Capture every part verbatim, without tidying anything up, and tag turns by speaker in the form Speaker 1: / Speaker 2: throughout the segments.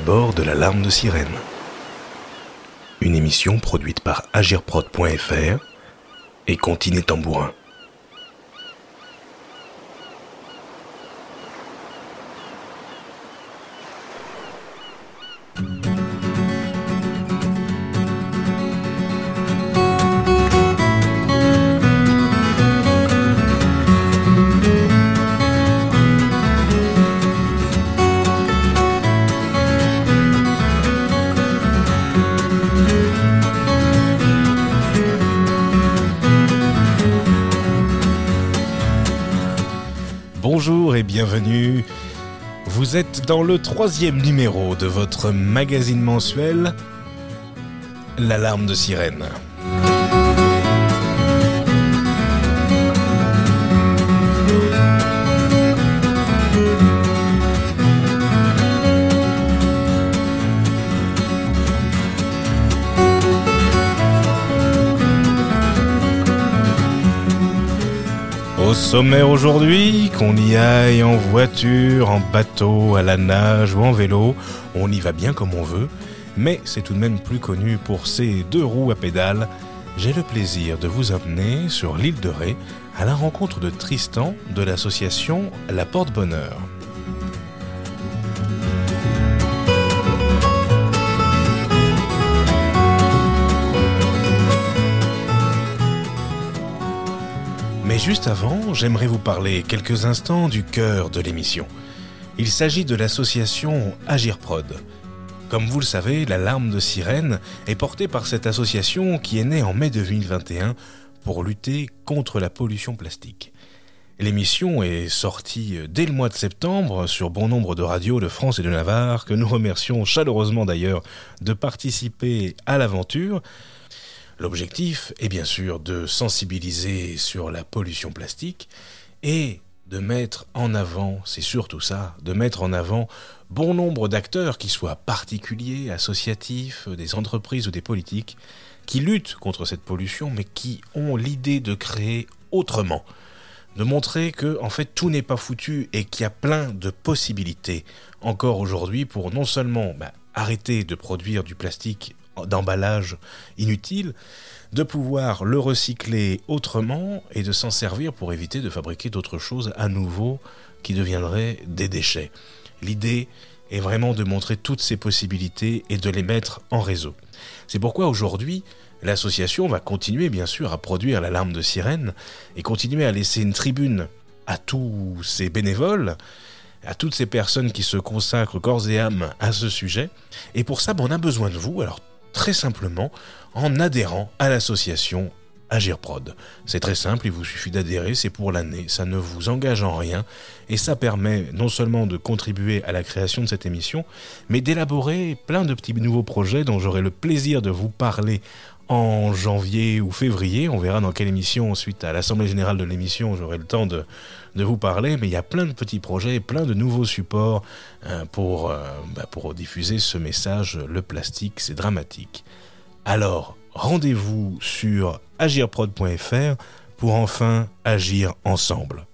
Speaker 1: bord de l'Alarme de Sirène. Une émission produite par agirprod point f r et Continé Tambourin. Bonjour et bienvenue. Vous êtes dans le troisième numéro de votre magazine mensuel, l'Alarme de Sirène. Au sommaire aujourd'hui, qu'on y aille en voiture, en bateau, à la nage ou en vélo, on y va bien comme on veut, mais c'est tout de même plus connu pour ses deux roues à pédales. J'ai le plaisir de vous emmener sur l'île de Ré à la rencontre de Tristan de l'association La Porte-Bonheur. Mais juste avant, j'aimerais vous parler quelques instants du cœur de l'émission. Il s'agit de l'association Agirprod. Comme vous le savez, l'Alarme de Sirène est portée par cette association qui est née en mai deux mille vingt et un pour lutter contre la pollution plastique. L'émission est sortie dès le mois de septembre sur bon nombre de radios de France et de Navarre, que nous remercions chaleureusement d'ailleurs de participer à l'aventure. L'objectif est bien sûr de sensibiliser sur la pollution plastique et de mettre en avant, c'est surtout ça, de mettre en avant bon nombre d'acteurs, qui soient particuliers, associatifs, des entreprises ou des politiques, qui luttent contre cette pollution mais qui ont l'idée de créer autrement. De montrer que en fait tout n'est pas foutu et qu'il y a plein de possibilités encore aujourd'hui pour non seulement bah, arrêter de produire du plastique d'emballage inutile, de pouvoir le recycler autrement et de s'en servir pour éviter de fabriquer d'autres choses à nouveau qui deviendraient des déchets. L'idée est vraiment de montrer toutes ces possibilités et de les mettre en réseau. C'est pourquoi aujourd'hui, l'association va continuer bien sûr à produire l'Alarme de Sirène et continuer à laisser une tribune à tous ces bénévoles, à toutes ces personnes qui se consacrent corps et âme à ce sujet. Et pour ça, ben, on a besoin de vous, alors très simplement en adhérant à l'association Agirprod. C'est très simple, il vous suffit d'adhérer, c'est pour l'année, ça ne vous engage en rien et ça permet non seulement de contribuer à la création de cette émission, mais d'élaborer plein de petits nouveaux projets dont j'aurai le plaisir de vous parler en janvier ou février. On verra dans quelle émission, suite à l'Assemblée Générale de l'émission, j'aurai le temps de, de vous parler, mais il y a plein de petits projets, plein de nouveaux supports euh, pour, euh, bah, pour diffuser ce message, le plastique, c'est dramatique. Alors, rendez-vous sur agirprod point f r pour enfin agir ensemble.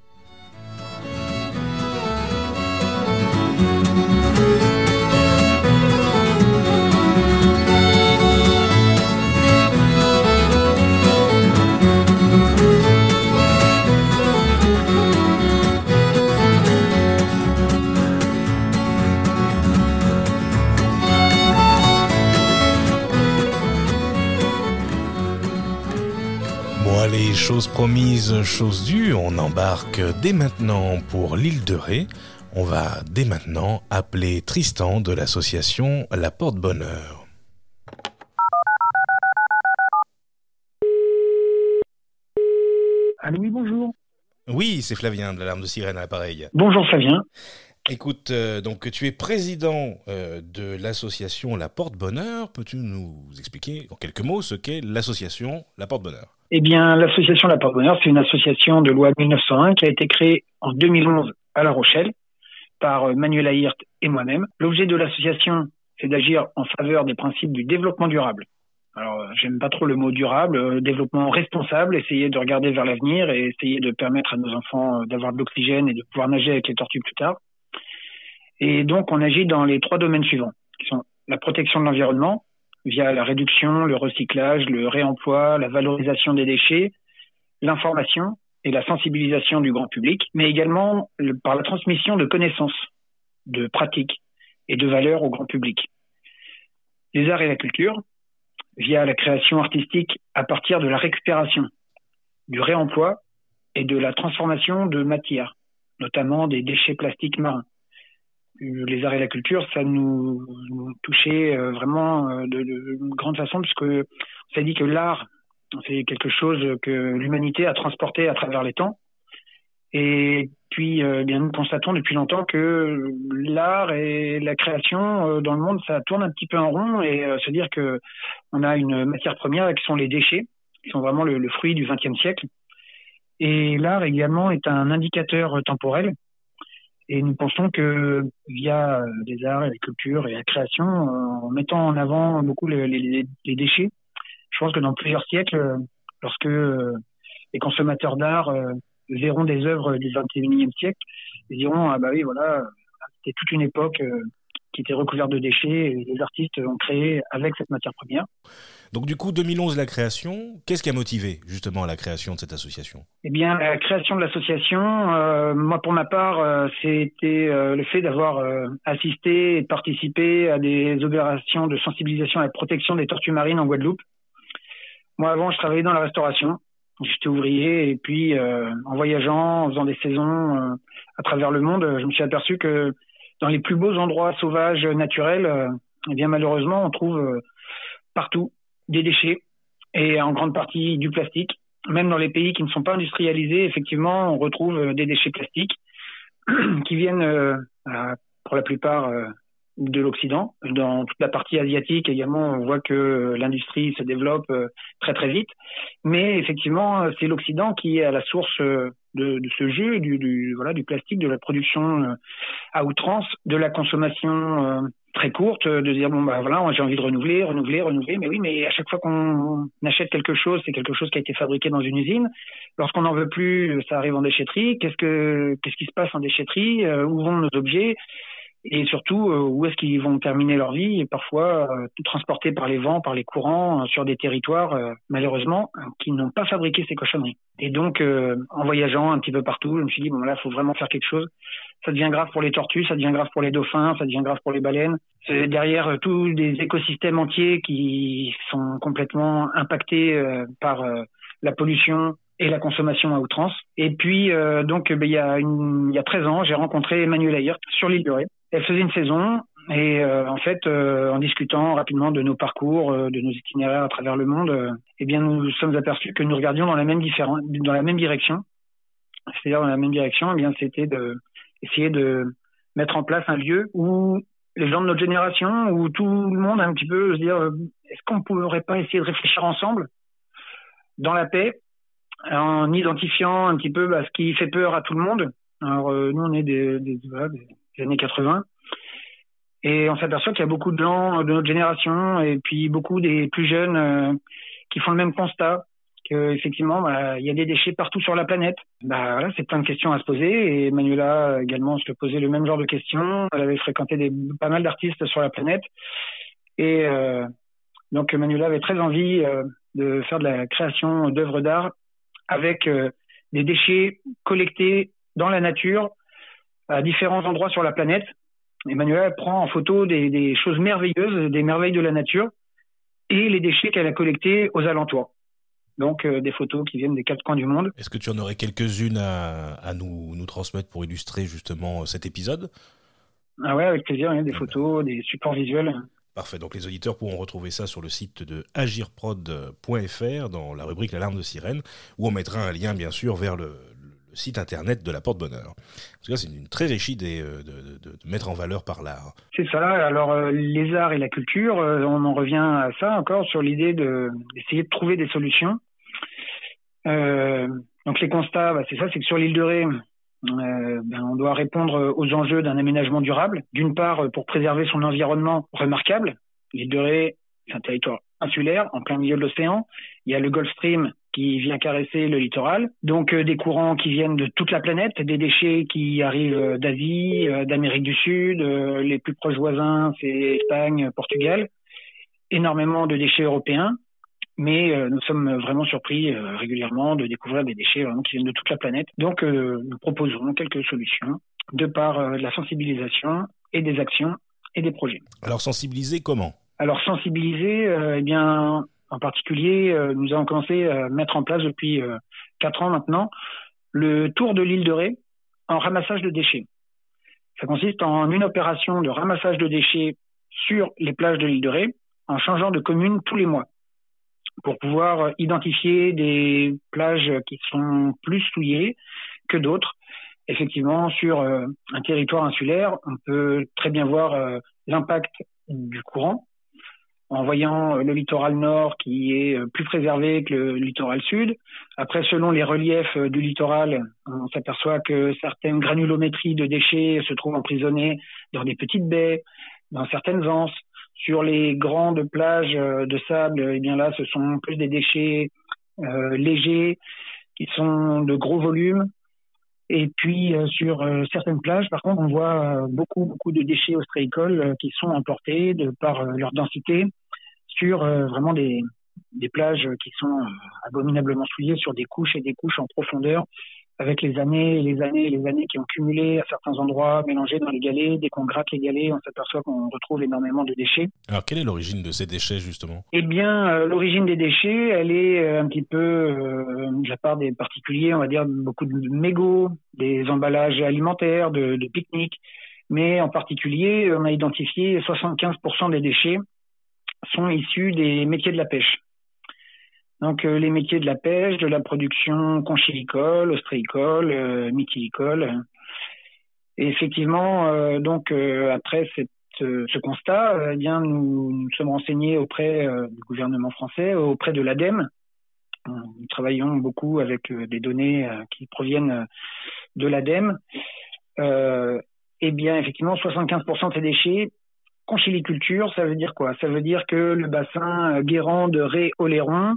Speaker 1: Les choses promises, choses dues, on embarque dès maintenant pour l'île de Ré. On va dès maintenant appeler Tristan de l'association La Porte-Bonheur.
Speaker 2: Allô, oui, bonjour.
Speaker 1: Oui, c'est Flavien de l'Alarme de Sirène à l'appareil.
Speaker 2: Bonjour Flavien.
Speaker 1: Écoute, euh, donc tu es président euh, de l'association La Porte-Bonheur. Peux-tu nous expliquer en quelques mots ce qu'est l'association La Porte-Bonheur ?
Speaker 2: Eh bien, l'association La Porte-Bonheur, c'est une association de loi mille neuf cent un qui a été créée en deux mille onze à La Rochelle par Manuel Ahirt et moi-même. L'objet de l'association, c'est d'agir en faveur des principes du développement durable. Alors, j'aime pas trop le mot durable, euh, développement responsable, essayer de regarder vers l'avenir et essayer de permettre à nos enfants d'avoir de l'oxygène et de pouvoir nager avec les tortues plus tard. Et donc, on agit dans les trois domaines suivants, qui sont la protection de l'environnement, via la réduction, le recyclage, le réemploi, la valorisation des déchets, l'information et la sensibilisation du grand public, mais également le, par la transmission de connaissances, de pratiques et de valeurs au grand public. Les arts et la culture, via la création artistique à partir de la récupération, du réemploi et de la transformation de matières, notamment des déchets plastiques marins. Les arts et la culture, ça nous, nous touchait vraiment de, de, de grande façon, puisque on s'est dit que l'art, c'est quelque chose que l'humanité a transporté à travers les temps. Et puis, euh, bien, nous constatons depuis longtemps que l'art et la création euh, dans le monde, ça tourne un petit peu en rond, et euh, se dire que on a une matière première qui sont les déchets, qui sont vraiment le, le fruit du vingtième siècle. Et l'art également est un indicateur temporel. Et nous pensons que via les arts et la culture et la création, en mettant en avant beaucoup les, les, les déchets, je pense que dans plusieurs siècles, lorsque les consommateurs d'art verront des œuvres du vingt et unième siècle, ils diront « Ah bah oui, voilà, c'était toute une époque qui était recouverte de déchets et les artistes ont créé avec cette matière première. »
Speaker 1: Donc du coup, deux mille onze, la création, qu'est-ce qui a motivé justement la création de cette association ?
Speaker 2: Eh bien, la création de l'association, euh, moi pour ma part, euh, c'était euh, le fait d'avoir euh, assisté et participé à des opérations de sensibilisation à la protection des tortues marines en Guadeloupe. Moi avant, je travaillais dans la restauration, j'étais ouvrier, et puis euh, en voyageant, en faisant des saisons euh, à travers le monde, je me suis aperçu que dans les plus beaux endroits sauvages naturels, euh, eh bien malheureusement, on trouve euh, partout des déchets et en grande partie du plastique. Même dans les pays qui ne sont pas industrialisés, effectivement, on retrouve des déchets plastiques qui viennent euh, pour la plupart euh, de l'Occident. Dans toute la partie asiatique également, on voit que l'industrie se développe euh, très très vite. Mais effectivement, c'est l'Occident qui est à la source euh, de, de ce jeu, du, du, voilà, du plastique, de la production euh, à outrance, de la consommation euh, très courte, de dire bon bah voilà, j'ai envie de renouveler, renouveler, renouveler, mais oui, mais à chaque fois qu'on achète quelque chose, c'est quelque chose qui a été fabriqué dans une usine. Lorsqu'on n'en veut plus, ça arrive en déchetterie. Qu'est-ce que qu'est-ce qui se passe en déchetterie ? euh, Où vont nos objets ? Et surtout, euh, où est-ce qu'ils vont terminer leur vie ? Et parfois, euh, transportés par les vents, par les courants, euh, sur des territoires, euh, malheureusement, euh, qui n'ont pas fabriqué ces cochonneries. Et donc, euh, en voyageant un petit peu partout, je me suis dit, bon là, il faut vraiment faire quelque chose. Ça devient grave pour les tortues, ça devient grave pour les dauphins, ça devient grave pour les baleines. C'est derrière euh, tous des écosystèmes entiers qui sont complètement impactés euh, par euh, la pollution et la consommation à outrance. Et puis, euh, donc, ben, il y a une, il y a treize ans, j'ai rencontré Emmanuelle Ahirt sur l'île de Ré. Elle faisait une saison et euh, en fait, euh, en discutant rapidement de nos parcours, euh, de nos itinéraires à travers le monde, euh, eh bien, nous nous sommes aperçus que nous regardions dans la même différen- dans la même direction. C'est-à-dire dans la même direction, eh bien, c'était de essayer de mettre en place un lieu où les gens de notre génération, où tout le monde a un petit peu se dire, euh, est-ce qu'on ne pourrait pas essayer de réfléchir ensemble dans la paix, en identifiant un petit peu bah, ce qui fait peur à tout le monde. Alors euh, nous on est des, des, voilà, des années quatre-vingts et on s'aperçoit qu'il y a beaucoup de gens de notre génération et puis beaucoup des plus jeunes euh, qui font le même constat qu'effectivement bah, il y a des déchets partout sur la planète. Bah voilà, c'est plein de questions à se poser et Manuela également se posait le même genre de questions. Elle avait fréquenté des, pas mal d'artistes sur la planète et euh, donc Manuela avait très envie euh, de faire de la création d'œuvres d'art avec euh, des déchets collectés dans la nature à différents endroits sur la planète. Emmanuelle prend en photo des, des choses merveilleuses, des merveilles de la nature et les déchets qu'elle a collectés aux alentours. Donc euh, des photos qui viennent des quatre coins du monde.
Speaker 1: Est-ce que tu en aurais quelques-unes à, à nous, nous transmettre pour illustrer justement cet épisode ?
Speaker 2: Ah ouais, avec plaisir, il y a des photos, des supports visuels.
Speaker 1: Parfait, donc les auditeurs pourront retrouver ça sur le site de agirprod point f r dans la rubrique L'Alarme de Sirène, où on mettra un lien bien sûr vers le, le site internet de la Porte Bonheur. En tout cas, c'est une très riche idée de, de, de, de mettre en valeur par l'art.
Speaker 2: C'est ça, alors euh, les arts et la culture, euh, on en revient à ça encore sur l'idée de, d'essayer de trouver des solutions. Euh, donc les constats, bah, c'est ça, c'est que sur l'île de Ré, Euh, ben, on doit répondre aux enjeux d'un aménagement durable. D'une part, pour préserver son environnement remarquable. L'île de Ré, c'est un territoire insulaire, en plein milieu de l'océan. Il y a le Gulf Stream qui vient caresser le littoral. Donc euh, des courants qui viennent de toute la planète, des déchets qui arrivent d'Asie, euh, d'Amérique du Sud, euh, les plus proches voisins, c'est Espagne, Portugal. Énormément de déchets européens, mais euh, nous sommes vraiment surpris euh, régulièrement de découvrir des déchets vraiment qui viennent de toute la planète. Donc euh, nous proposons quelques solutions de par euh, la sensibilisation et des actions et des projets.
Speaker 1: Alors sensibiliser comment ?
Speaker 2: Alors sensibiliser, euh, eh bien en particulier, euh, nous avons commencé à mettre en place depuis euh, quatre ans maintenant le tour de l'île de Ré en ramassage de déchets. Ça consiste en une opération de ramassage de déchets sur les plages de l'île de Ré en changeant de commune tous les mois pour pouvoir identifier des plages qui sont plus souillées que d'autres. Effectivement, sur euh, un territoire insulaire, on peut très bien voir euh, l'impact du courant en voyant le littoral nord qui est plus préservé que le littoral sud. Après, selon les reliefs du littoral, on s'aperçoit que certaines granulométries de déchets se trouvent emprisonnées dans des petites baies, dans certaines anses. Sur les grandes plages de sable, eh bien là, ce sont plus des déchets euh, légers qui sont de gros volumes. Et puis euh, sur euh, certaines plages, par contre, on voit euh, beaucoup beaucoup de déchets ostréicoles euh, qui sont emportés de par euh, leur densité sur euh, vraiment des des plages qui sont euh, abominablement souillées sur des couches et des couches en profondeur, avec les années et les années et les années qui ont cumulé à certains endroits, mélangés dans les galets. Dès qu'on gratte les galets, on s'aperçoit qu'on retrouve énormément de déchets.
Speaker 1: Alors, quelle est l'origine de ces déchets, justement ?
Speaker 2: Eh bien, euh, l'origine des déchets, elle est euh, un petit peu euh, de la part des particuliers, on va dire beaucoup de mégots, des emballages alimentaires, de, de pique-niques. Mais en particulier, on a identifié soixante-quinze pour cent des déchets sont issus des métiers de la pêche. Donc euh, les métiers de la pêche, de la production conchilicole, ostréicole, euh, mythilicole. Et effectivement, euh, donc euh, après cette, euh, ce constat, euh, eh bien nous nous sommes renseignés auprès euh, du gouvernement français, auprès de l'ADEME. Nous travaillons beaucoup avec euh, des données euh, qui proviennent de l'ADEME. Euh, eh bien effectivement, soixante-quinze pour cent de ces déchets, conchiliculture, ça veut dire quoi ? Ça veut dire que le bassin Guérand de Ré-Oléron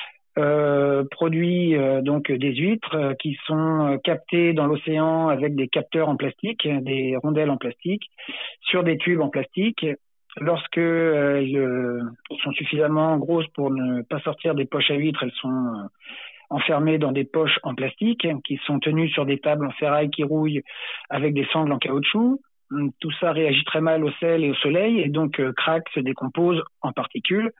Speaker 2: euh, produit euh, donc des huîtres euh, qui sont euh, captées dans l'océan avec des capteurs en plastique, des rondelles en plastique, sur des tubes en plastique. Lorsque euh, elles sont suffisamment grosses pour ne pas sortir des poches à huîtres, elles sont euh, enfermées dans des poches en plastique qui sont tenues sur des tables en ferraille qui rouillent avec des sangles en caoutchouc. Tout ça réagit très mal au sel et au soleil et donc euh, craque, se décompose en particules.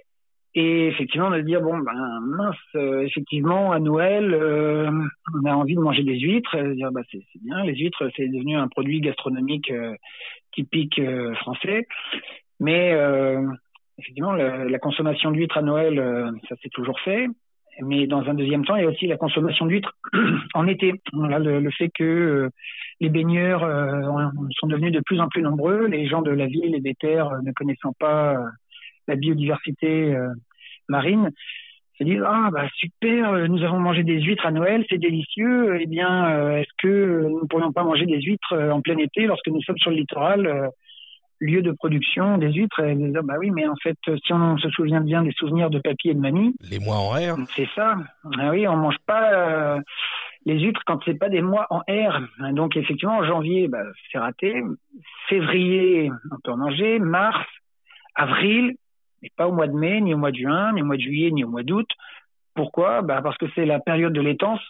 Speaker 2: Et effectivement, on va se dire, bon, ben mince, euh, effectivement, à Noël, euh, on a envie de manger des huîtres. Et dire, bah, c'est, c'est bien, les huîtres, c'est devenu un produit gastronomique euh, typique euh, français. Mais euh, effectivement, la, la consommation d'huîtres à Noël, euh, ça s'est toujours fait. Mais dans un deuxième temps, il y a aussi la consommation d'huîtres en été. Voilà, le, le fait que euh, les baigneurs euh, sont devenus de plus en plus nombreux, les gens de la ville et des terres, euh, ne connaissant pas euh, la biodiversité euh, marine, se disent « Ah, bah super, nous avons mangé des huîtres à Noël, c'est délicieux. Eh bien, euh, est-ce que nous ne pourrions pas manger des huîtres euh, en plein été lorsque nous sommes sur le littoral euh, lieu de production des huîtres ?» Et ils disent « Bah oui, mais en fait, si on se souvient bien des souvenirs de papy et de mamie… »
Speaker 1: Les mois en R.
Speaker 2: C'est ça. Ah oui, on mange pas euh, les huîtres quand c'est pas des mois en R. Donc effectivement, en janvier, bah, c'est raté. Février, on peut en manger. Mars, avril, mais pas au mois de mai, ni au mois de juin, ni au mois de juillet, ni au mois d'août. Pourquoi ? Bah parce que c'est la période de l'étance.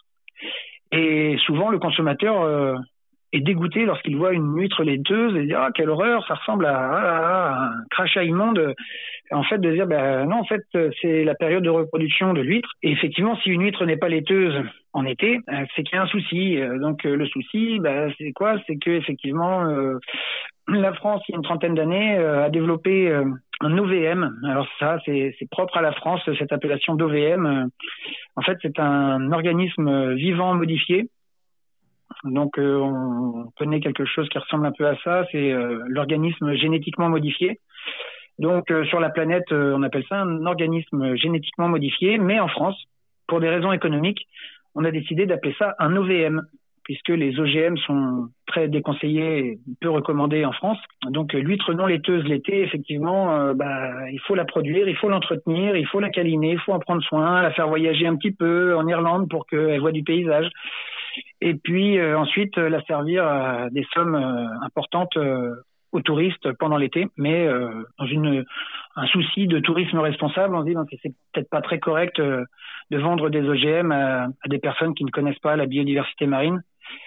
Speaker 2: Et souvent, le consommateur euh, est dégoûté lorsqu'il voit une huître laiteuse et dit « Ah, quelle horreur, ça ressemble à, à, à un crachat immonde ». En fait, de dire, ben non, en fait, c'est la période de reproduction de l'huître. Et effectivement, si une huître n'est pas laiteuse en été, c'est qu'il y a un souci. Donc, le souci, ben, c'est quoi ? C'est que effectivement, euh, la France, il y a une trentaine d'années, euh, a développé euh, un O V M. Alors ça, c'est, c'est propre à la France, cette appellation d'O V M. En fait, c'est un organisme vivant modifié. Donc, euh, on connaît quelque chose qui ressemble un peu à ça. C'est euh, l'organisme génétiquement modifié. Donc, euh, sur la planète, euh, on appelle ça un organisme génétiquement modifié. Mais en France, pour des raisons économiques, on a décidé d'appeler ça un O V M, puisque les O G M sont très déconseillés et peu recommandés en France. Donc l'huître non laiteuse l'été, effectivement, euh, bah, il faut la produire, il faut l'entretenir, il faut la câliner, il faut en prendre soin, la faire voyager un petit peu en Irlande pour qu'elle voie du paysage. Et puis euh, ensuite la servir à des sommes euh, importantes euh, aux touristes pendant l'été, mais euh, dans une un souci de tourisme responsable, on se dit donc c'est peut-être pas très correct euh, de vendre des O G M à, à des personnes qui ne connaissent pas la biodiversité marine,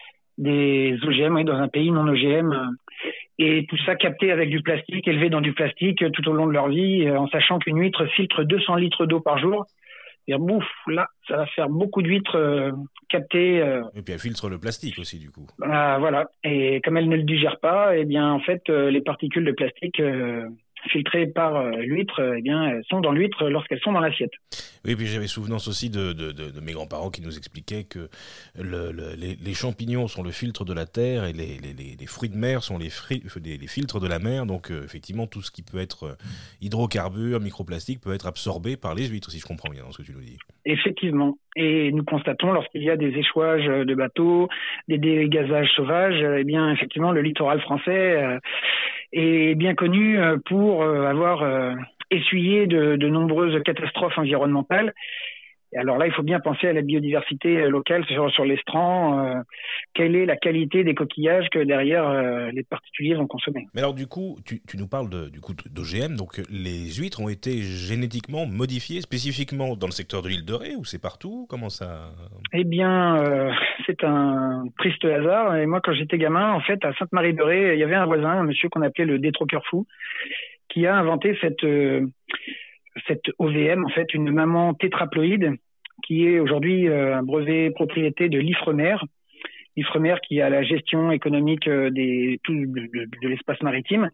Speaker 2: des O G M oui, dans un pays non O G M, euh, et tout ça capté avec du plastique, élevé dans du plastique tout au long de leur vie, euh, en sachant qu'une huître filtre deux cents litres d'eau par jour. Et bouf, là, ça va faire beaucoup d'huîtres euh, captées. Euh,
Speaker 1: et puis elle filtre le plastique aussi, du coup.
Speaker 2: Euh, voilà. Et comme elle ne le digère pas, eh bien, en fait, euh, les particules de plastique euh, filtrées par euh, l'huître, euh, eh bien, elles sont dans l'huître lorsqu'elles sont dans l'assiette.
Speaker 1: Oui, puis j'avais souvenance aussi de, de, de, de mes grands-parents qui nous expliquaient que le, le, les, les champignons sont le filtre de la terre et les, les, les, les fruits de mer sont les, fri, les, les filtres de la mer. Donc, euh, effectivement, tout ce qui peut être euh, hydrocarbures, microplastique peut être absorbé par les huîtres, si je comprends bien dans ce que tu nous dis.
Speaker 2: Effectivement. Et nous constatons, lorsqu'il y a des échouages de bateaux, des dégazages sauvages, eh bien, effectivement, le littoral français euh, est bien connu pour euh, avoir euh, essuyé de, de nombreuses catastrophes environnementales. Et alors là, il faut bien penser à la biodiversité locale sur, sur l'estran. Euh, quelle est la qualité des coquillages que derrière euh, les particuliers vont consommer?
Speaker 1: Mais alors du coup, tu, tu nous parles de, du coup d'O G M. Donc les huîtres ont été génétiquement modifiées spécifiquement dans le secteur de l'île de Ré ou c'est partout? Comment ça?
Speaker 2: Eh bien, euh, c'est un triste hasard. Et moi, quand j'étais gamin, en fait, à Sainte-Marie-de-Ré, il y avait un voisin, un monsieur qu'on appelait le détroqueur fou, qui a inventé cette euh, cette O V M, en fait, une maman tétraploïde, qui est aujourd'hui euh, un brevet propriété de l'Ifremer. L'Ifremer qui a la gestion économique des, tout, de, de, de l'espace maritime.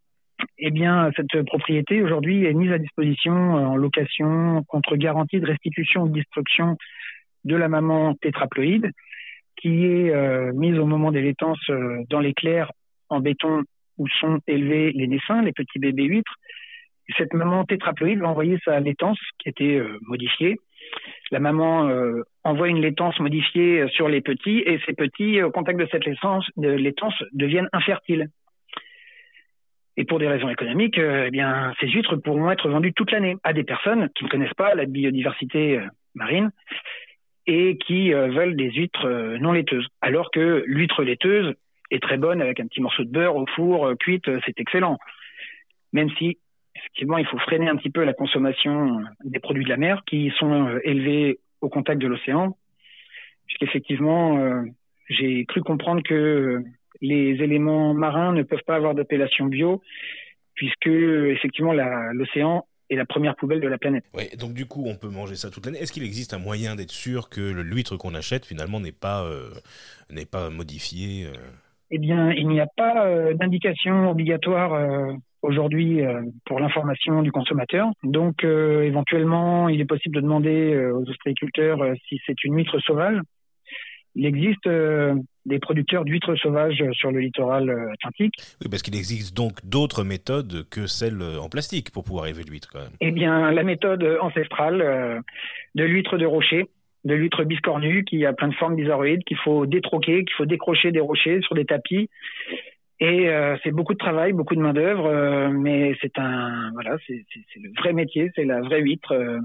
Speaker 2: Eh bien, cette propriété aujourd'hui est mise à disposition en location contre garantie de restitution ou de destruction de la maman tétraploïde, qui est euh, mise au moment des laitances euh, dans les clairs en béton où sont élevés les naissins, les petits bébés huîtres. Cette maman tétraploïde va envoyer sa laitance qui a été euh, modifiée. La maman euh, envoie une laitance modifiée sur les petits et ces petits, au contact de cette laitance, de laitance deviennent infertiles. Et pour des raisons économiques, euh, eh bien, ces huîtres pourront être vendues toute l'année à des personnes qui ne connaissent pas la biodiversité euh, marine et qui euh, veulent des huîtres euh, non laiteuses. Alors que l'huître laiteuse est très bonne avec un petit morceau de beurre au four, euh, cuite, euh, c'est excellent. Même si effectivement, il faut freiner un petit peu la consommation des produits de la mer qui sont euh, élevés au contact de l'océan, puisqu'effectivement, euh, j'ai cru comprendre que les éléments marins ne peuvent pas avoir d'appellation bio, puisque effectivement, la, l'océan est la première poubelle de la planète.
Speaker 1: Oui, donc du coup, on peut manger ça toute l'année. Est-ce qu'il existe un moyen d'être sûr que l'huître qu'on achète, finalement, n'est pas, euh, n'est pas modifiée euh...
Speaker 2: Eh bien, il n'y a pas euh, d'indication obligatoire euh, aujourd'hui euh, pour l'information du consommateur. Donc, euh, éventuellement, il est possible de demander euh, aux ostréiculteurs euh, si c'est une huître sauvage. Il existe euh, des producteurs d'huîtres sauvages sur le littoral euh, atlantique.
Speaker 1: Oui, parce qu'il existe donc d'autres méthodes que celles en plastique pour pouvoir élever l'huître, quand même.
Speaker 2: Eh bien, la méthode ancestrale euh, de l'huître de rocher, de l'huître biscornue qui a plein de formes bizarroïdes, qu'il faut détroquer, qu'il faut décrocher des rochers sur des tapis. Et euh, c'est beaucoup de travail, beaucoup de main d'œuvre, euh, mais c'est un voilà, c'est, c'est, c'est le vrai métier, c'est la vraie huître euh,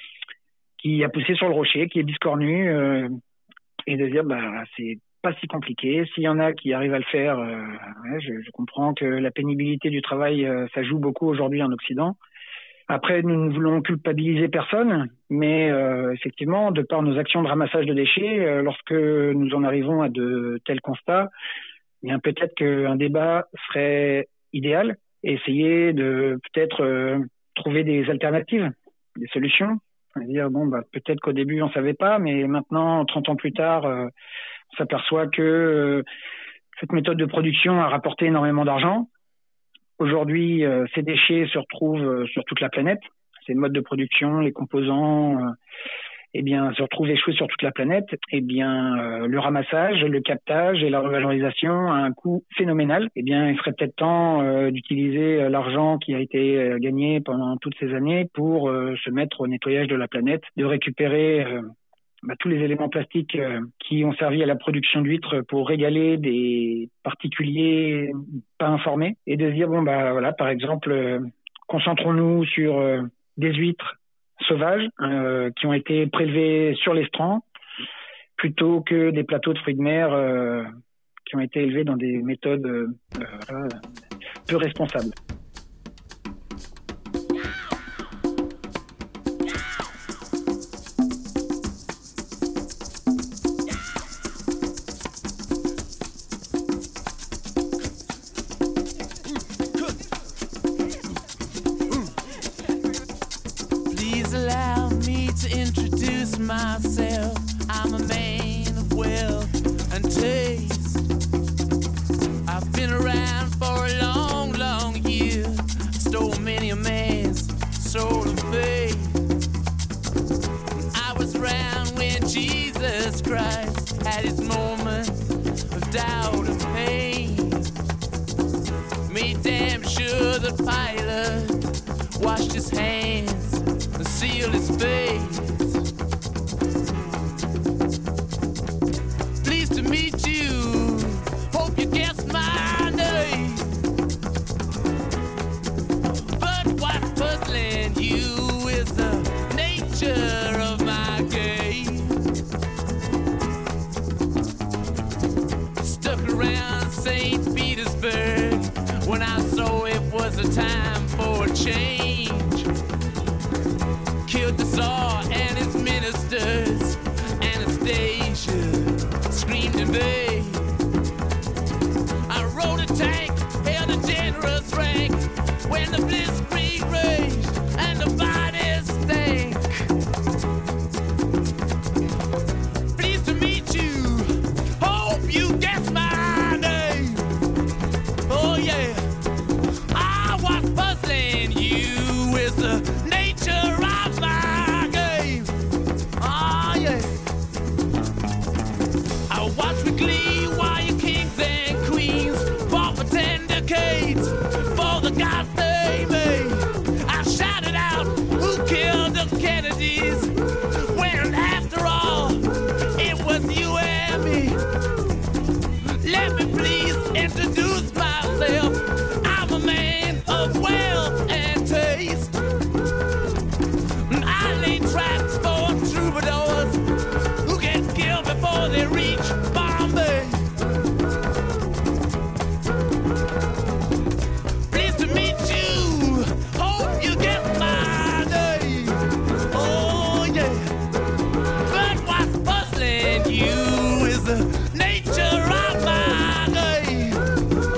Speaker 2: qui a poussé sur le rocher, qui est biscornue, euh, et de dire bah c'est pas si compliqué. S'il y en a qui arrivent à le faire, euh, ouais, je, je comprends que la pénibilité du travail, euh, ça joue beaucoup aujourd'hui en Occident. Après, nous ne voulons culpabiliser personne, mais euh, effectivement, de par nos actions de ramassage de déchets, euh, lorsque nous en arrivons à de tels constats, eh bien, peut-être qu'un débat serait idéal et essayer de peut-être euh, trouver des alternatives, des solutions. Dire bon, bah, peut-être qu'au début on savait pas, mais maintenant, trente ans plus tard, euh, on s'aperçoit que euh, cette méthode de production a rapporté énormément d'argent. Aujourd'hui, euh, ces déchets se retrouvent euh, sur toute la planète. Ces modes de production, les composants, euh, eh bien, se retrouvent échoués sur toute la planète. Eh bien, euh, le ramassage, le captage et la revalorisation a un coût phénoménal. Eh bien, il serait peut-être temps euh, d'utiliser euh, l'argent qui a été euh, gagné pendant toutes ces années pour euh, se mettre au nettoyage de la planète, de récupérer euh, bah, tous les éléments plastiques euh, qui ont servi à la production d'huîtres pour régaler des particuliers pas informés, et de se dire bon bah voilà, par exemple, euh, concentrons-nous sur euh, des huîtres sauvages euh, qui ont été prélevées sur l'estran, plutôt que des plateaux de fruits de mer euh, qui ont été élevés dans des méthodes euh, euh, peu responsables.
Speaker 3: Please allow me to introduce myself. I'm a man of wealth and taste. I've been around for a long, long year. Stole many a man's soul of faith. I was around when Jesus Christ had his moment of doubt and pain. Made damn sure that Pilate washed his hands and sealed his face. Pleased to meet you, hope you guessed my name. But what's puzzling you is the nature of my game. Stuck around Saint Petersburg when I saw it was a time for a change. Killed the Tsar and his ministers. Anastasia screamed in vain. I rode a tank, held a generous rank when the blitzkrieg raged and the bodies stank. Pleased to meet you, hope you guessed my name. Oh yeah, I was puzzling you with the nature of my game. Oh yeah, I watch with glee while your kings and queens fought for ten decades for the gods they made. I shouted out, who killed the Kennedys? When after all, it was you and me. Let me please introduce myself. I'm a man of wealth and taste. I lay traps for troubadours who get killed before they reach Bombay. Pleased to meet you, hope you get my name. Oh yeah, but what's puzzling you is the nature of my game.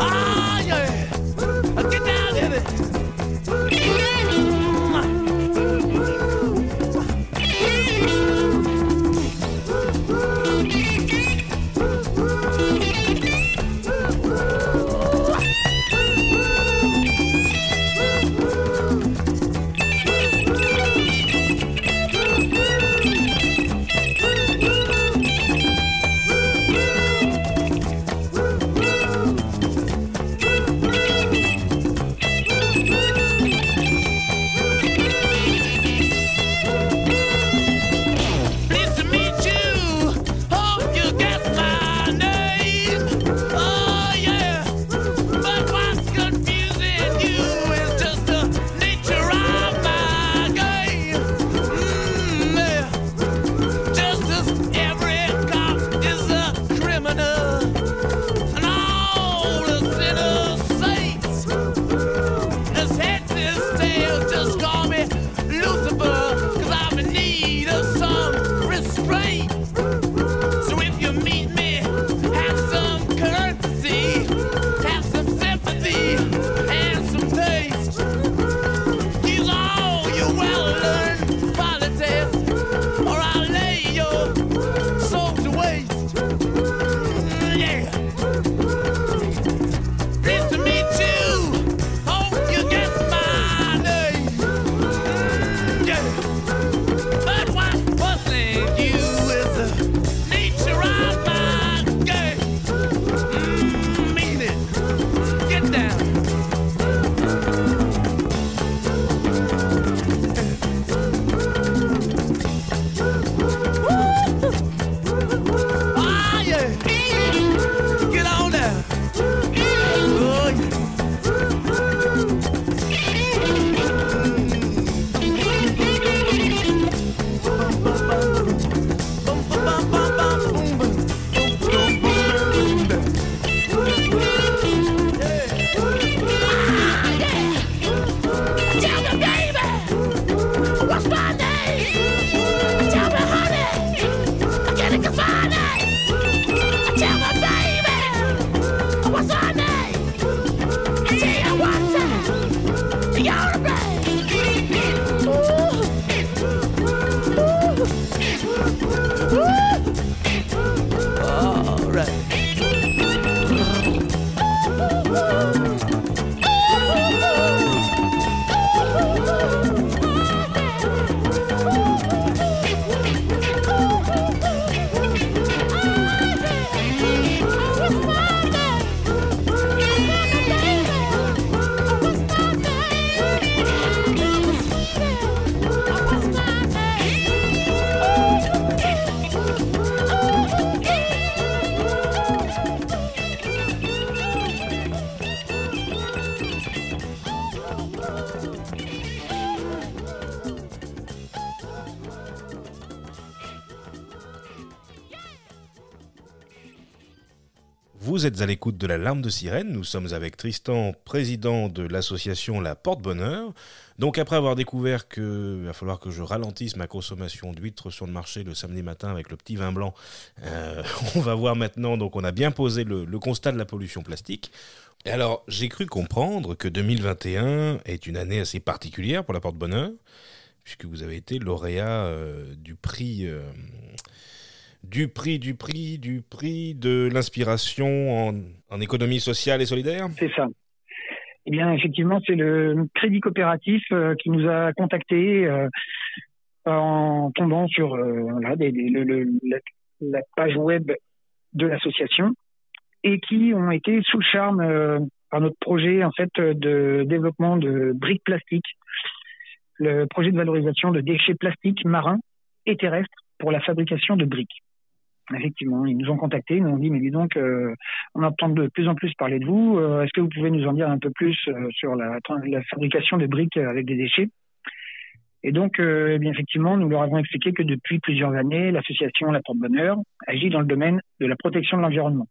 Speaker 1: vous êtes à l'écoute de la Larme de Sirène. Nous sommes avec Tristan, président de l'association La Porte-Bonheur. Donc après avoir découvert qu'il va falloir que je ralentisse ma consommation d'huîtres sur le marché le samedi matin avec le petit vin blanc, euh, on va voir maintenant, donc on a bien posé le, le constat de la pollution plastique. Et alors, j'ai cru comprendre que deux mille vingt et un est une année assez particulière pour La Porte-Bonheur, puisque vous avez été lauréat euh, du prix... Euh, Du prix, du prix, du prix de l'inspiration en, en économie sociale et solidaire ?
Speaker 2: C'est ça. Eh bien, effectivement, c'est le Crédit Coopératif euh, qui nous a contactés euh, en tombant sur euh, voilà, des, des, le, le, la, la page web de l'association et qui ont été sous le charme euh, par notre projet en fait de développement de briques plastiques, le projet de valorisation de déchets plastiques marins et terrestres pour la fabrication de briques. Effectivement, ils nous ont contactés, ils nous ont dit, mais dis donc, euh, on entend de plus en plus parler de vous, euh, est-ce que vous pouvez nous en dire un peu plus euh, sur la, la fabrication de briques avec des déchets ? Et donc, euh, eh bien, effectivement, nous leur avons expliqué que depuis plusieurs années, l'association La Porte-Bonheur agit dans le domaine de la protection de l'environnement.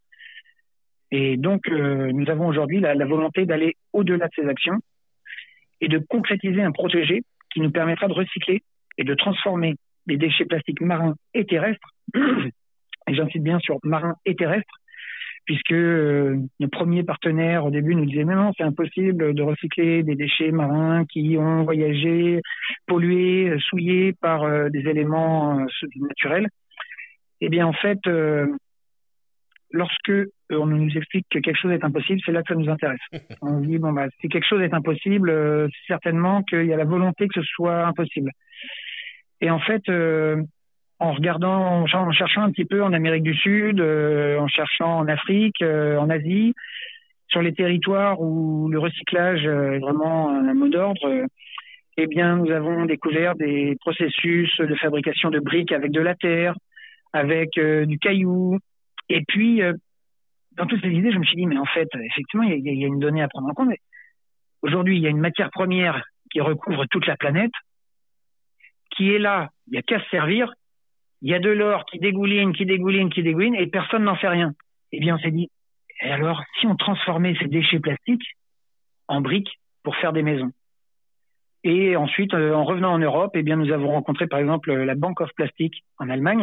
Speaker 2: Et donc, euh, nous avons aujourd'hui la, la volonté d'aller au-delà de ces actions et de concrétiser un projet qui nous permettra de recycler et de transformer les déchets plastiques marins et terrestres, et j'insiste bien sur marins et terrestres, puisque euh, nos premiers partenaires au début nous disaient mais non, c'est impossible de recycler des déchets marins qui ont voyagé, pollués, souillés par euh, des éléments euh, naturels. Eh bien en fait, euh, lorsque on nous explique que quelque chose est impossible, c'est là que ça nous intéresse. On dit bon bah si quelque chose est impossible, euh, c'est certainement qu'il y a la volonté que ce soit impossible. Et en fait, euh, en regardant, en cherchant un petit peu en Amérique du Sud, euh, en cherchant en Afrique, euh, en Asie, sur les territoires où le recyclage est vraiment un mot d'ordre, euh, eh bien, nous avons découvert des processus de fabrication de briques avec de la terre, avec euh, du caillou. Et puis, euh, dans toutes ces idées, je me suis dit, mais en fait, effectivement, il y, y a une donnée à prendre en compte. Aujourd'hui, il y a une matière première qui recouvre toute la planète, qui est là, il n'y a qu'à se servir. Il y a de l'or qui dégouline, qui dégouline, qui dégouline, et personne n'en fait rien. Eh bien, on s'est dit, et alors, si on transformait ces déchets plastiques en briques pour faire des maisons ? Et ensuite, euh, en revenant en Europe, eh bien, nous avons rencontré, par exemple, la Bank of Plastic en Allemagne,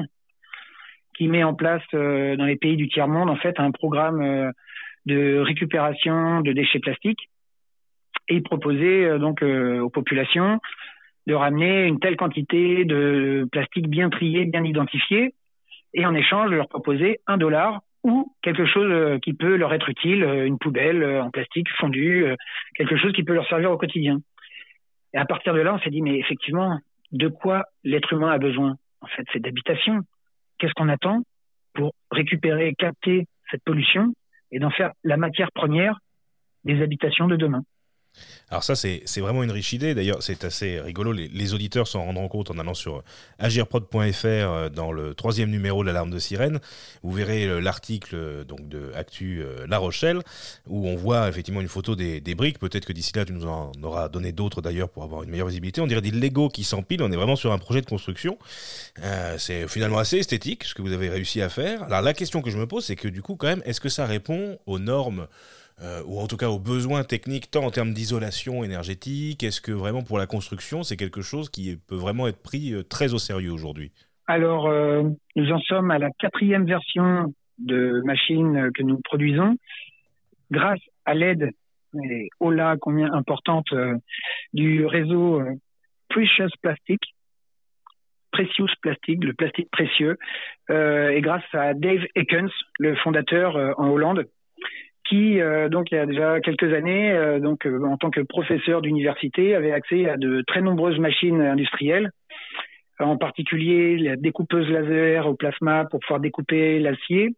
Speaker 2: qui met en place, euh, dans les pays du tiers-monde, en fait, un programme euh, de récupération de déchets plastiques, et proposer, euh, donc, euh, aux populations de ramener une telle quantité de plastique bien trié, bien identifié, et en échange de leur proposer un dollar ou quelque chose qui peut leur être utile, une poubelle en plastique fondu, quelque chose qui peut leur servir au quotidien. Et à partir de là, on s'est dit, mais effectivement, de quoi l'être humain a besoin ? En fait, c'est d'habitation. Qu'est-ce qu'on attend pour récupérer, capter cette pollution et d'en faire la matière première des habitations de demain ?
Speaker 1: Alors ça, c'est, c'est vraiment une riche idée. D'ailleurs, c'est assez rigolo. Les, les auditeurs s'en rendront compte en allant sur agirprod point f r dans le troisième numéro de l'Alarme de Sirène. Vous verrez l'article donc, de Actu La Rochelle où on voit effectivement une photo des, des briques. Peut-être que d'ici là, tu nous en auras donné d'autres d'ailleurs pour avoir une meilleure visibilité. On dirait des Lego qui s'empilent. On est vraiment sur un projet de construction. Euh, c'est finalement assez esthétique ce que vous avez réussi à faire. Alors la question que je me pose, c'est que du coup, quand même, est-ce que ça répond aux normes Euh, ou en tout cas aux besoins techniques, tant en termes d'isolation énergétique? Est-ce que vraiment pour la construction, c'est quelque chose qui peut vraiment être pris euh, très au sérieux aujourd'hui?
Speaker 2: Alors, euh, nous en sommes à la quatrième version de machine que nous produisons, grâce à l'aide, et oh là combien importante, euh, du réseau euh, Precious Plastic, Precious Plastic, le plastique précieux, euh, et grâce à Dave Ekens, le fondateur euh, en Hollande, qui, euh, donc, il y a déjà quelques années, euh, donc, euh, en tant que professeur d'université, avait accès à de très nombreuses machines industrielles, en particulier la découpeuse laser au plasma pour pouvoir découper l'acier.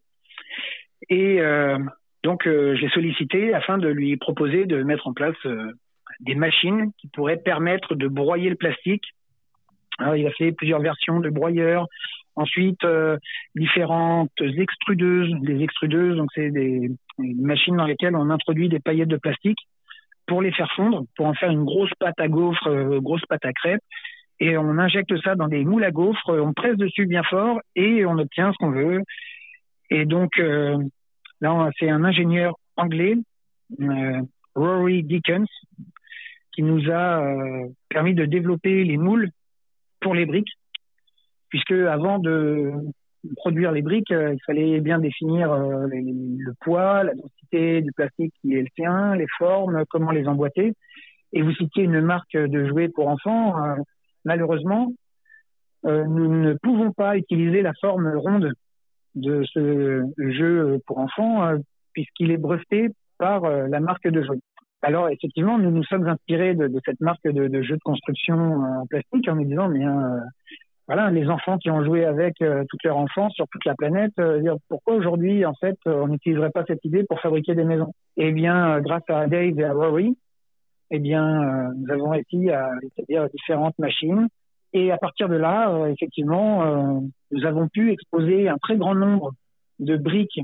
Speaker 2: Et euh, donc, euh, je l'ai sollicité afin de lui proposer de mettre en place euh, des machines qui pourraient permettre de broyer le plastique. Alors, il a fait plusieurs versions de broyeurs. Ensuite, euh, différentes extrudeuses. Les extrudeuses, donc c'est des, des machines dans lesquelles on introduit des paillettes de plastique pour les faire fondre, pour en faire une grosse pâte à gaufres, euh, grosse pâte à crêpes. Et on injecte ça dans des moules à gaufres, on presse dessus bien fort et on obtient ce qu'on veut. Et donc, euh, Là, c'est un ingénieur anglais, euh, Rory Dickens, qui nous a euh, permis de développer les moules pour les briques, puisque avant de produire les briques, euh, il fallait bien définir euh, les, le poids, la densité du plastique qui est le sien, les formes, comment les emboîter. Et vous citiez une marque de jouets pour enfants. Euh, malheureusement, euh, nous ne pouvons pas utiliser la forme ronde de ce jeu pour enfants, euh, puisqu'il est breveté par euh, la marque de jouets. Alors effectivement, nous nous sommes inspirés de, de cette marque de, de jeux de construction en plastique en nous disant, mais euh, voilà, les enfants qui ont joué avec euh, toute leur enfance sur toute la planète, euh, dire pourquoi aujourd'hui en fait on n'utiliserait pas cette idée pour fabriquer des maisons? Eh bien, euh, grâce à Dave et à Rory, eh bien, euh, nous avons réussi à établir différentes machines. Et à partir de là, euh, effectivement, euh, nous avons pu exposer un très grand nombre de briques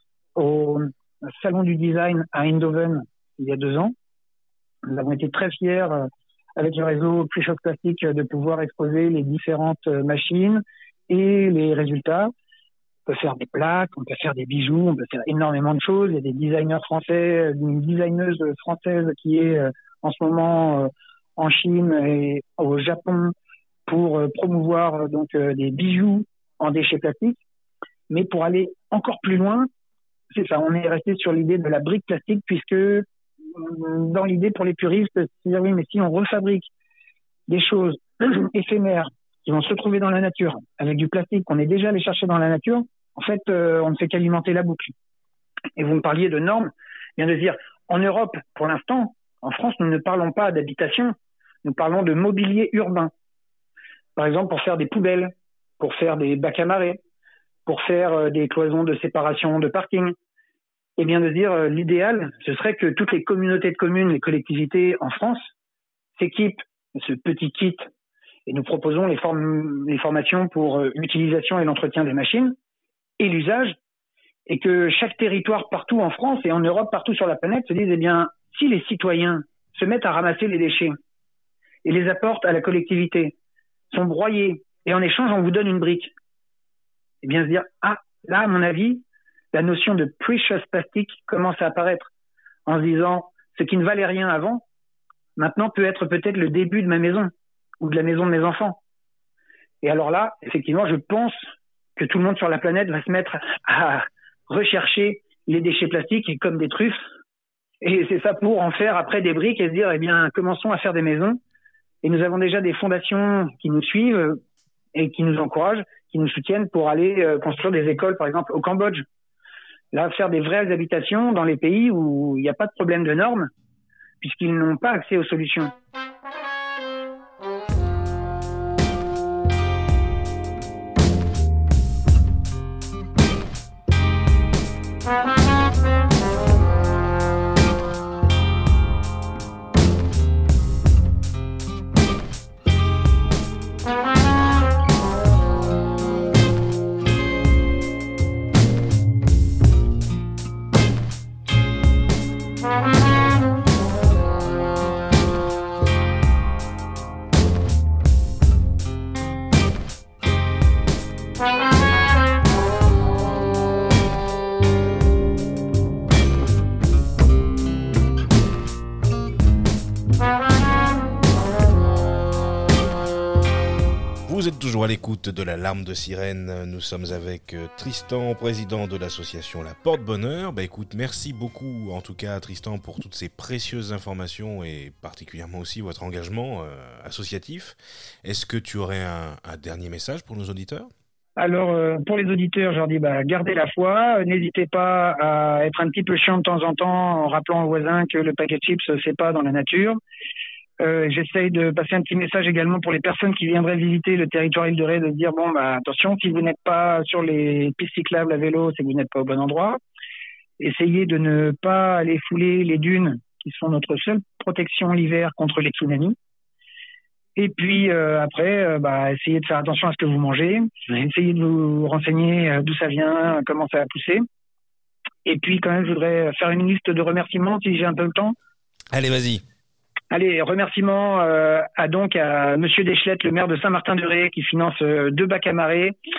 Speaker 2: au Salon du Design à Eindhoven il y a deux ans. Nous avons été très fiers euh, avec le réseau Precious Plastic de pouvoir exposer les différentes machines et les résultats. On peut faire des plaques, on peut faire des bijoux, on peut faire énormément de choses. Il y a des designers français, une designeuse française qui est euh, en ce moment euh, en Chine et au Japon pour euh, promouvoir euh, donc euh, des bijoux en déchets plastiques. Mais pour aller encore plus loin, c'est ça, on est resté sur l'idée de la brique plastique puisque euh, dans l'idée pour les puristes, c'est dire oui, mais si on refabrique des choses éphémères qui vont se retrouver dans la nature avec du plastique qu'on est déjà allé chercher dans la nature, en fait, euh, on ne fait qu'alimenter la boucle. Et vous me parliez de normes, bien de dire, en Europe, pour l'instant, en France, nous ne parlons pas d'habitation, nous parlons de mobilier urbain. Par exemple, pour faire des poubelles, pour faire des bacs à marée, pour faire euh, des cloisons de séparation de parking. Et bien de dire, euh, l'idéal, ce serait que toutes les communautés de communes, les collectivités en France, s'équipent de ce petit kit. Et nous proposons les, form- les formations pour euh, l'utilisation et l'entretien des machines et l'usage. Et que chaque territoire partout en France et en Europe, partout sur la planète, se dise, eh bien, si les citoyens se mettent à ramasser les déchets et les apportent à la collectivité, sont broyés, et en échange, on vous donne une brique, eh bien, se dire, ah, là, à mon avis, la notion de precious plastic commence à apparaître en se disant, ce qui ne valait rien avant, maintenant peut être peut-être le début de ma maison ou de la maison de mes enfants. Et alors là, effectivement, je pense que tout le monde sur la planète va se mettre à rechercher les déchets plastiques comme des truffes. Et c'est ça pour en faire après des briques et se dire, eh bien, commençons à faire des maisons. Et nous avons déjà des fondations qui nous suivent et qui nous encouragent, qui nous soutiennent pour aller construire des écoles, par exemple, au Cambodge. Là, faire des vraies habitations dans les pays où il n'y a pas de problème de normes, puisqu'ils n'ont pas accès aux solutions.
Speaker 1: Vous êtes toujours à l'écoute de la Larme de Sirène. Nous sommes avec Tristan, président de l'association La Porte Bonheur. Bah écoute, merci beaucoup en tout cas Tristan pour toutes ces précieuses informations et particulièrement aussi votre engagement euh, associatif. Est-ce que tu aurais un, un dernier message pour nos auditeurs ?
Speaker 2: Alors, euh, pour les auditeurs, je leur dis, bah, gardez la foi. N'hésitez pas à être un petit peu chiant de temps en temps en rappelant aux voisins que le paquet de chips, c'est pas dans la nature. Euh, j'essaye de passer un petit message également pour les personnes qui viendraient visiter le territoire Île de Ré, de dire, bon, bah, attention, si vous n'êtes pas sur les pistes cyclables à vélo, c'est que vous n'êtes pas au bon endroit. Essayez de ne pas aller fouler les dunes, qui sont notre seule protection l'hiver contre les tsunamis. Et puis euh, après, euh, bah, essayez de faire attention à ce que vous mangez. Essayez de vous renseigner euh, d'où ça vient, comment ça a poussé. Et puis quand même, je voudrais faire une liste de remerciements, si j'ai un peu le temps.
Speaker 1: Allez, vas-y.
Speaker 2: Allez, remerciements euh, à donc à Monsieur Deschlette, le maire de Saint-Martin-de-Ré, qui finance euh, deux bacs à marée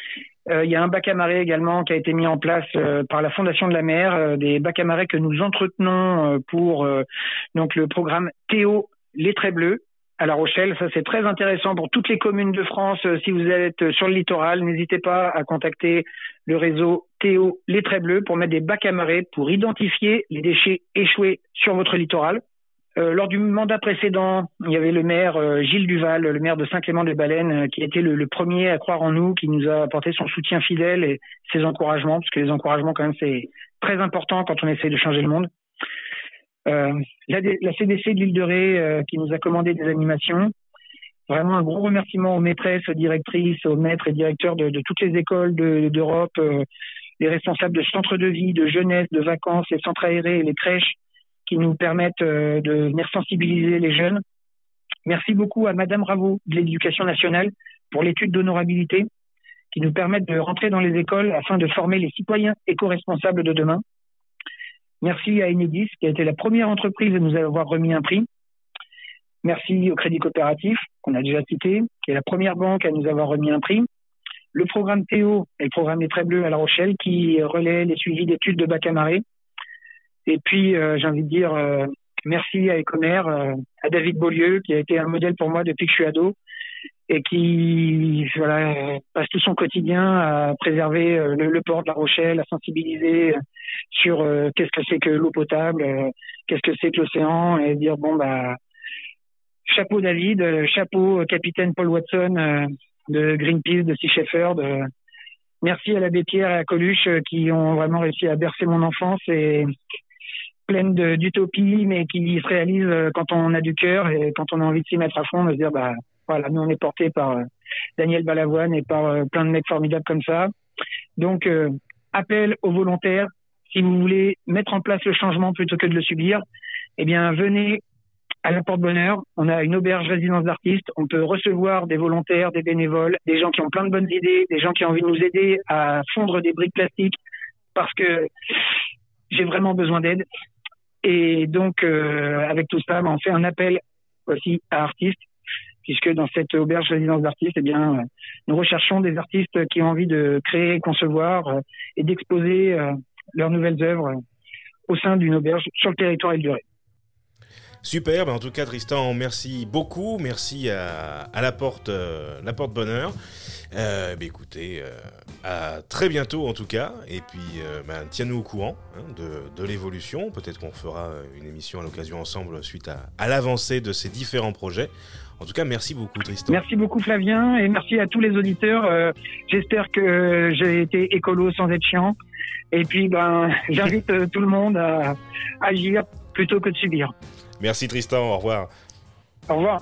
Speaker 2: Euh, il y a un bac à marée également qui a été mis en place euh, par la Fondation de la mer, euh, des bacs à marée que nous entretenons euh, pour euh, donc le programme Théo les Traits Bleus à La Rochelle. Ça, c'est très intéressant pour toutes les communes de France. Euh, si vous êtes sur le littoral, n'hésitez pas à contacter le réseau Théo les Traits Bleus pour mettre des bacs à marée pour identifier les déchets échoués sur votre littoral. Euh, lors du mandat précédent, il y avait le maire euh, Gilles Duval, le maire de Saint-Clément-des-Baleines, euh, qui était le, le premier à croire en nous, qui nous a apporté son soutien fidèle et ses encouragements, parce que les encouragements, quand même, c'est très important quand on essaie de changer le monde. Euh, la, la C D C de l'île de Ré, euh, qui nous a commandé des animations. Vraiment un gros remerciement aux maîtresses, aux directrices, aux maîtres et directeurs de, de toutes les écoles de, d'Europe, euh, les responsables de centres de vie, de jeunesse, de vacances, les centres aérés et les crèches, qui nous permettent euh, de venir sensibiliser les jeunes. Merci beaucoup à Madame Raveau de l'Éducation nationale pour l'étude d'honorabilité qui nous permettent de rentrer dans les écoles afin de former les citoyens éco-responsables de demain. Merci à Enedis qui a été la première entreprise à nous avoir remis un prix. Merci au Crédit Coopératif qu'on a déjà cité, qui est la première banque à nous avoir remis un prix. Le programme Théo et le programme des Traits Bleus à La Rochelle qui relaie les suivis d'études de bac à marée. Et puis, euh, j'ai envie de dire euh, merci à Ecomer, euh, à David Beaulieu, qui a été un modèle pour moi depuis que je suis ado et qui voilà, passe tout son quotidien à préserver euh, le, le port de La Rochelle, à sensibiliser euh, sur euh, qu'est-ce que c'est que l'eau potable, euh, qu'est-ce que c'est que l'océan, et dire, bon, bah, chapeau David, euh, chapeau euh, capitaine Paul Watson euh, de Greenpeace, de Sea Shepherd. Euh, merci à l'abbé Pierre et à Coluche euh, qui ont vraiment réussi à bercer mon enfance et pleine de, d'utopie, mais qui se réalise euh, quand on a du cœur et quand on a envie de s'y mettre à fond, de se dire, bah, voilà, nous on est portés par euh, Daniel Balavoine et par euh, plein de mecs formidables comme ça. Donc, euh, appel aux volontaires, si vous voulez mettre en place le changement plutôt que de le subir, eh bien, venez à la Porte-Bonheur. On a une auberge résidence d'artistes. On peut recevoir des volontaires, des bénévoles, des gens qui ont plein de bonnes idées, des gens qui ont envie de nous aider à fondre des briques plastiques parce que j'ai vraiment besoin d'aide. Et donc, euh, avec tout ça, on fait un appel aussi à artistes, puisque dans cette auberge résidence d'artistes, eh bien, euh, nous recherchons des artistes qui ont envie de créer, concevoir euh, et d'exposer euh, leurs nouvelles œuvres euh, au sein d'une auberge sur le territoire île de Ré.
Speaker 1: Super, en tout cas Tristan, merci beaucoup, merci à, à la porte, euh, la porte bonheur. Euh, bah écoutez, euh, à très bientôt en tout cas, et puis euh, bah, tiens-nous au courant hein, de, de l'évolution. Peut-être qu'on fera une émission à l'occasion ensemble suite à, à l'avancée de ces différents projets. En tout cas, merci beaucoup Tristan.
Speaker 2: Merci beaucoup Flavien, et merci à tous les auditeurs. Euh, j'espère que j'ai été écolo sans être chiant. Et puis, ben, j'invite euh, tout le monde à, à agir plutôt que de subir.
Speaker 1: Merci Tristan, au revoir.
Speaker 2: Au revoir.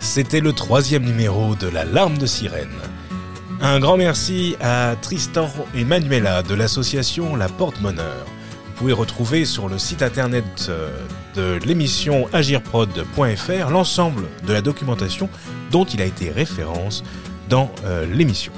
Speaker 1: c'était le troisième numéro de La Larme de Sirène. Un grand merci à Tristan et Manuela de l'association La Porte-Bonheur. Vous pouvez retrouver sur le site internet de l'émission agirprod point f r l'ensemble de la documentation dont il a été référence dans euh, l'émission.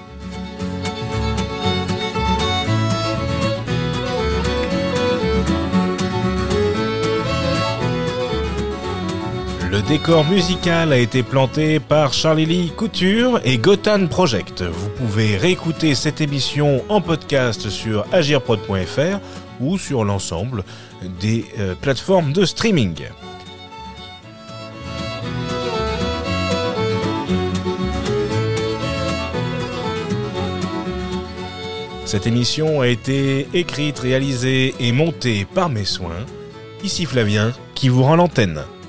Speaker 1: Le décor musical a été planté par Charlie Couture et Gotan Project. Vous pouvez réécouter cette émission en podcast sur agirprod point f r ou sur l'ensemble des euh, plateformes de streaming. Cette émission a été écrite, réalisée et montée par mes soins. Ici Flavien qui vous rend l'antenne.